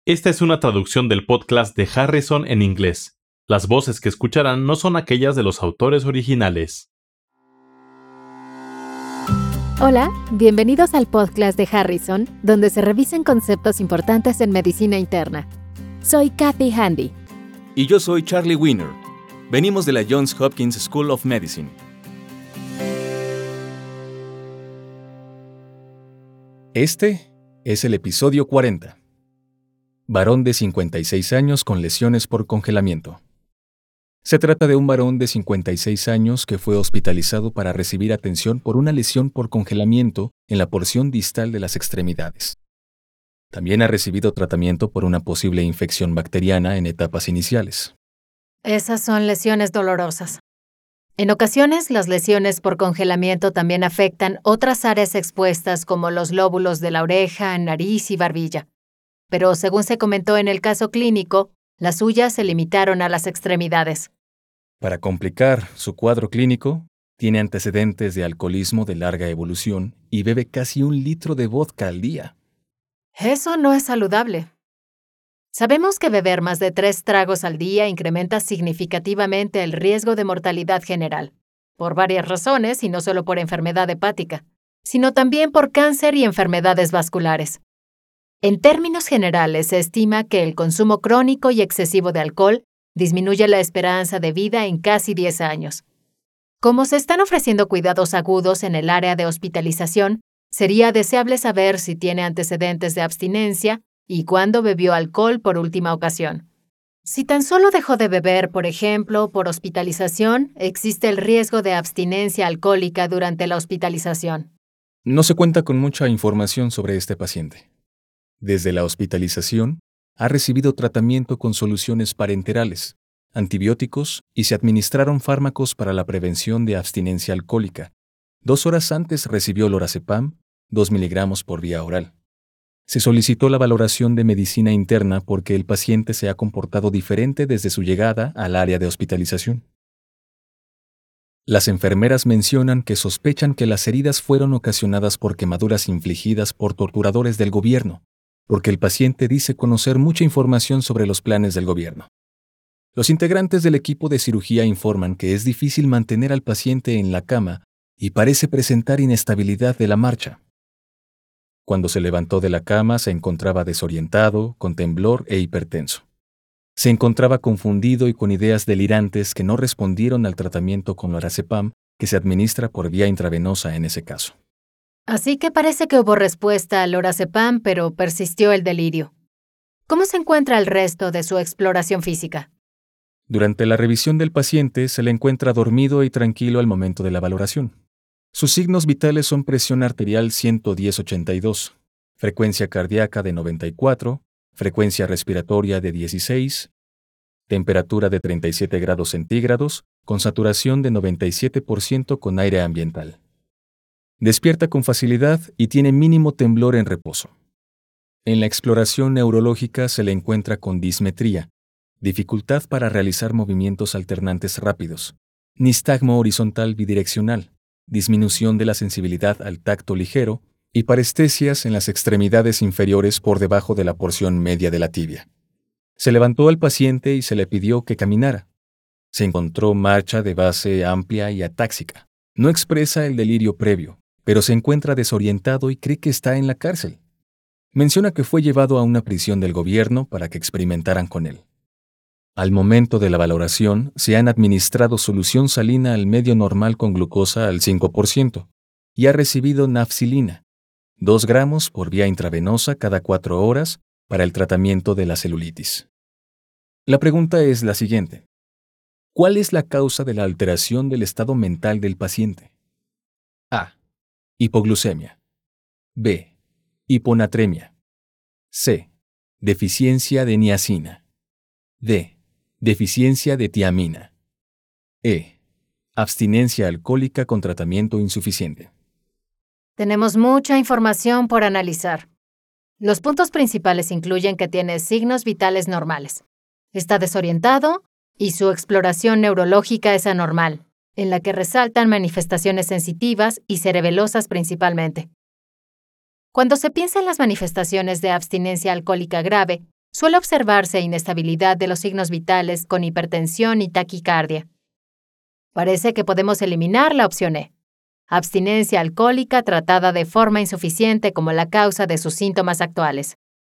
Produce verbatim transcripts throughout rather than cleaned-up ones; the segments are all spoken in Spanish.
Esta es una traducción del podcast de Harrison en inglés. Las voces que escucharán no son aquellas de los autores originales. Hola, bienvenidos al podcast de Harrison, donde se revisan conceptos importantes en medicina interna. Soy Kathy Handy. Y yo soy Charlie Wiener. Venimos de la Johns Hopkins School of Medicine. Este es el episodio cuarenta. Varón de cincuenta y seis años con lesiones por congelamiento. Se trata de un varón de cincuenta y seis años que fue hospitalizado para recibir atención por una lesión por congelamiento en la porción distal de las extremidades. También ha recibido tratamiento por una posible infección bacteriana en etapas iniciales. Esas son lesiones dolorosas. En ocasiones, las lesiones por congelamiento también afectan otras áreas expuestas como los lóbulos de la oreja, nariz y barbilla. Pero según se comentó en el caso clínico, las suyas se limitaron a las extremidades. Para complicar su cuadro clínico, tiene antecedentes de alcoholismo de larga evolución y bebe casi un litro de vodka al día. Eso no es saludable. Sabemos que beber más de tres tragos al día incrementa significativamente el riesgo de mortalidad general, por varias razones y no solo por enfermedad hepática, sino también por cáncer y enfermedades vasculares. En términos generales, se estima que el consumo crónico y excesivo de alcohol disminuye la esperanza de vida en casi diez años. Como se están ofreciendo cuidados agudos en el área de hospitalización, sería deseable saber si tiene antecedentes de abstinencia y cuándo bebió alcohol por última ocasión. Si tan solo dejó de beber, por ejemplo, por hospitalización, existe el riesgo de abstinencia alcohólica durante la hospitalización. No se cuenta con mucha información sobre este paciente. Desde la hospitalización, ha recibido tratamiento con soluciones parenterales, antibióticos y se administraron fármacos para la prevención de abstinencia alcohólica. Dos horas antes recibió lorazepam, dos miligramos por vía oral. Se solicitó la valoración de medicina interna porque el paciente se ha comportado diferente desde su llegada al área de hospitalización. Las enfermeras mencionan que sospechan que las heridas fueron ocasionadas por quemaduras infligidas por torturadores del gobierno, porque el paciente dice conocer mucha información sobre los planes del gobierno. Los integrantes del equipo de cirugía informan que es difícil mantener al paciente en la cama y parece presentar inestabilidad de la marcha. Cuando se levantó de la cama se encontraba desorientado, con temblor e hipertenso. Se encontraba confundido y con ideas delirantes que no respondieron al tratamiento con lorazepam que se administra por vía intravenosa en ese caso. Así que parece que hubo respuesta al lorazepam, pero persistió el delirio. ¿Cómo se encuentra el resto de su exploración física? Durante la revisión del paciente se le encuentra dormido y tranquilo al momento de la valoración. Sus signos vitales son presión arterial ciento diez sobre ochenta y dos, frecuencia cardíaca de noventa y cuatro, frecuencia respiratoria de dieciséis, temperatura de treinta y siete grados centígrados, con saturación de noventa y siete por ciento con aire ambiental. Despierta con facilidad y tiene mínimo temblor en reposo. En la exploración neurológica se le encuentra con dismetría, dificultad para realizar movimientos alternantes rápidos, nistagmo horizontal bidireccional, disminución de la sensibilidad al tacto ligero y parestesias en las extremidades inferiores por debajo de la porción media de la tibia. Se levantó al paciente y se le pidió que caminara. Se encontró marcha de base amplia y atáxica. No expresa el delirio previo, pero se encuentra desorientado y cree que está en la cárcel. Menciona que fue llevado a una prisión del gobierno para que experimentaran con él. Al momento de la valoración, se han administrado solución salina al medio normal con glucosa al cinco por ciento y ha recibido nafcilina, dos gramos por vía intravenosa cada cuatro horas para el tratamiento de la celulitis. La pregunta es la siguiente. ¿Cuál es la causa de la alteración del estado mental del paciente? A. Hipoglucemia. B. Hiponatremia. C. Deficiencia de niacina. D. Deficiencia de tiamina. E. Abstinencia alcohólica con tratamiento insuficiente. Tenemos mucha información por analizar. Los puntos principales incluyen que tiene signos vitales normales. Está desorientado y su exploración neurológica es anormal, en la que resaltan manifestaciones sensitivas y cerebelosas principalmente. Cuando se piensa en las manifestaciones de abstinencia alcohólica grave, suele observarse inestabilidad de los signos vitales con hipertensión y taquicardia. Parece que podemos eliminar la opción E, abstinencia alcohólica tratada de forma insuficiente como la causa de sus síntomas actuales.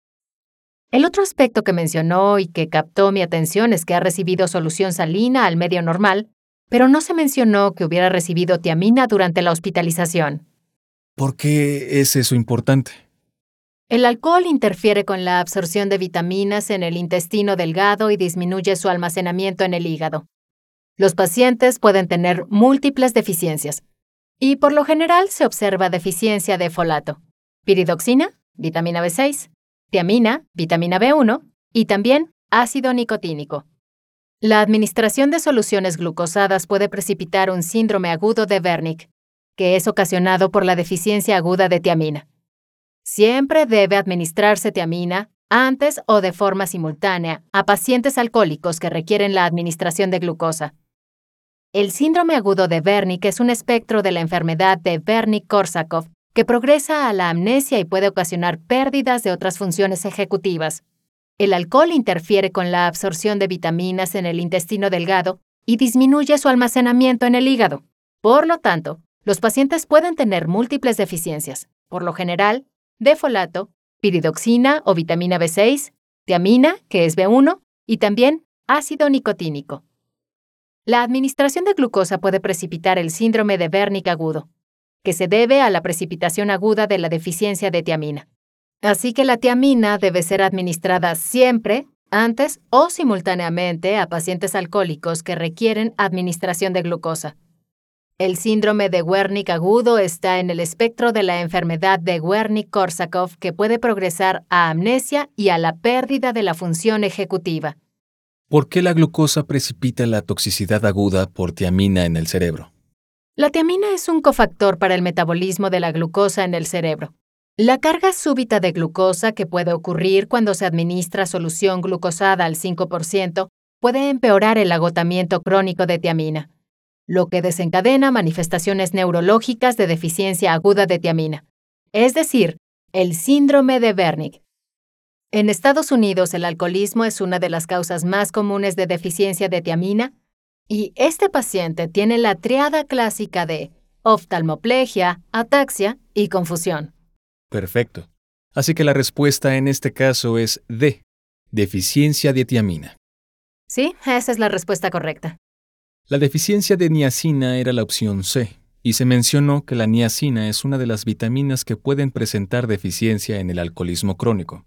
El otro aspecto que mencionó y que captó mi atención es que ha recibido solución salina al medio normal, pero no se mencionó que hubiera recibido tiamina durante la hospitalización. ¿Por qué es eso importante? El alcohol interfiere con la absorción de vitaminas en el intestino delgado y disminuye su almacenamiento en el hígado. Los pacientes pueden tener múltiples deficiencias, y por lo general se observa deficiencia de folato, piridoxina, vitamina B seis, tiamina, vitamina B uno y también ácido nicotínico. La administración de soluciones glucosadas puede precipitar un síndrome agudo de Wernicke, que es ocasionado por la deficiencia aguda de tiamina. Siempre debe administrarse tiamina antes o de forma simultánea a pacientes alcohólicos que requieren la administración de glucosa. El síndrome agudo de Wernicke es un espectro de la enfermedad de Wernicke-Korsakoff que progresa a la amnesia y puede ocasionar pérdidas de otras funciones ejecutivas. El alcohol interfiere con la absorción de vitaminas en el intestino delgado y disminuye su almacenamiento en el hígado. Por lo tanto, los pacientes pueden tener múltiples deficiencias, por lo general, de folato, piridoxina o vitamina B seis, tiamina, que es B uno, y también ácido nicotínico. La administración de glucosa puede precipitar el síndrome de Wernicke agudo, que se debe a la precipitación aguda de la deficiencia de tiamina. Así que la tiamina debe ser administrada siempre, antes o simultáneamente a pacientes alcohólicos que requieren administración de glucosa. El síndrome de Wernicke agudo está en el espectro de la enfermedad de Wernicke-Korsakoff que puede progresar a amnesia y a la pérdida de la función ejecutiva. ¿Por qué la glucosa precipita la toxicidad aguda por tiamina en el cerebro? La tiamina es un cofactor para el metabolismo de la glucosa en el cerebro. La carga súbita de glucosa que puede ocurrir cuando se administra solución glucosada al cinco por ciento puede empeorar el agotamiento crónico de tiamina, lo que desencadena manifestaciones neurológicas de deficiencia aguda de tiamina, es decir, el síndrome de Wernicke. En Estados Unidos, el alcoholismo es una de las causas más comunes de deficiencia de tiamina, y este paciente tiene la triada clásica de oftalmoplegia, ataxia y confusión. Perfecto. Así que la respuesta en este caso es D, deficiencia de tiamina. Sí, esa es la respuesta correcta. La deficiencia de niacina era la opción C, y se mencionó que la niacina es una de las vitaminas que pueden presentar deficiencia en el alcoholismo crónico.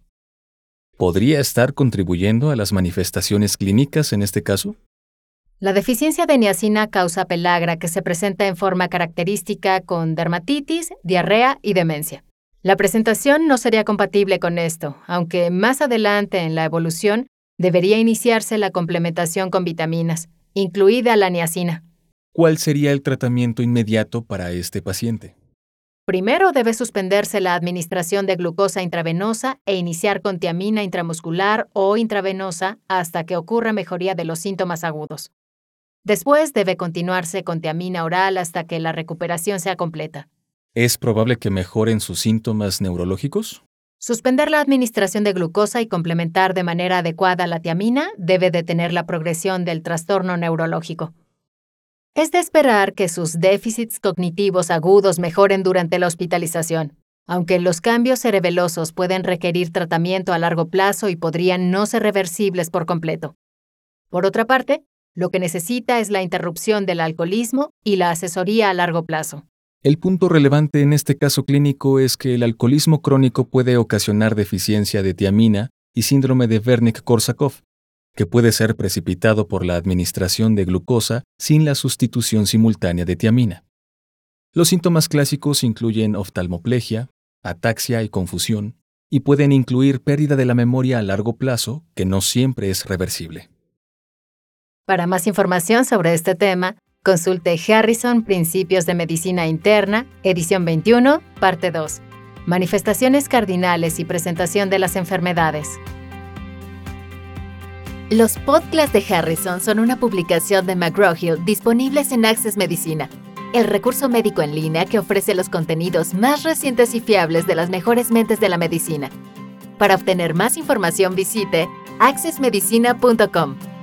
¿Podría estar contribuyendo a las manifestaciones clínicas en este caso? La deficiencia de niacina causa pelagra que se presenta en forma característica con dermatitis, diarrea y demencia. La presentación no sería compatible con esto, aunque más adelante en la evolución debería iniciarse la complementación con vitaminas, incluida la niacina. ¿Cuál sería el tratamiento inmediato para este paciente? Primero debe suspenderse la administración de glucosa intravenosa e iniciar con tiamina intramuscular o intravenosa hasta que ocurra mejoría de los síntomas agudos. Después debe continuarse con tiamina oral hasta que la recuperación sea completa. ¿Es probable que mejoren sus síntomas neurológicos? Suspender la administración de glucosa y complementar de manera adecuada la tiamina debe detener la progresión del trastorno neurológico. Es de esperar que sus déficits cognitivos agudos mejoren durante la hospitalización, aunque los cambios cerebelosos pueden requerir tratamiento a largo plazo y podrían no ser reversibles por completo. Por otra parte, lo que necesita es la interrupción del alcoholismo y la asesoría a largo plazo. El punto relevante en este caso clínico es que el alcoholismo crónico puede ocasionar deficiencia de tiamina y síndrome de Wernicke-Korsakoff, que puede ser precipitado por la administración de glucosa sin la sustitución simultánea de tiamina. Los síntomas clásicos incluyen oftalmoplegia, ataxia y confusión, y pueden incluir pérdida de la memoria a largo plazo, que no siempre es reversible. Para más información sobre este tema, consulte Harrison Principios de Medicina Interna, edición veintiuno, parte dos. Manifestaciones cardinales y presentación de las enfermedades. Los podcasts de Harrison son una publicación de McGraw-Hill disponibles en Access Medicina, el recurso médico en línea que ofrece los contenidos más recientes y fiables de las mejores mentes de la medicina. Para obtener más información visite access medicina punto com.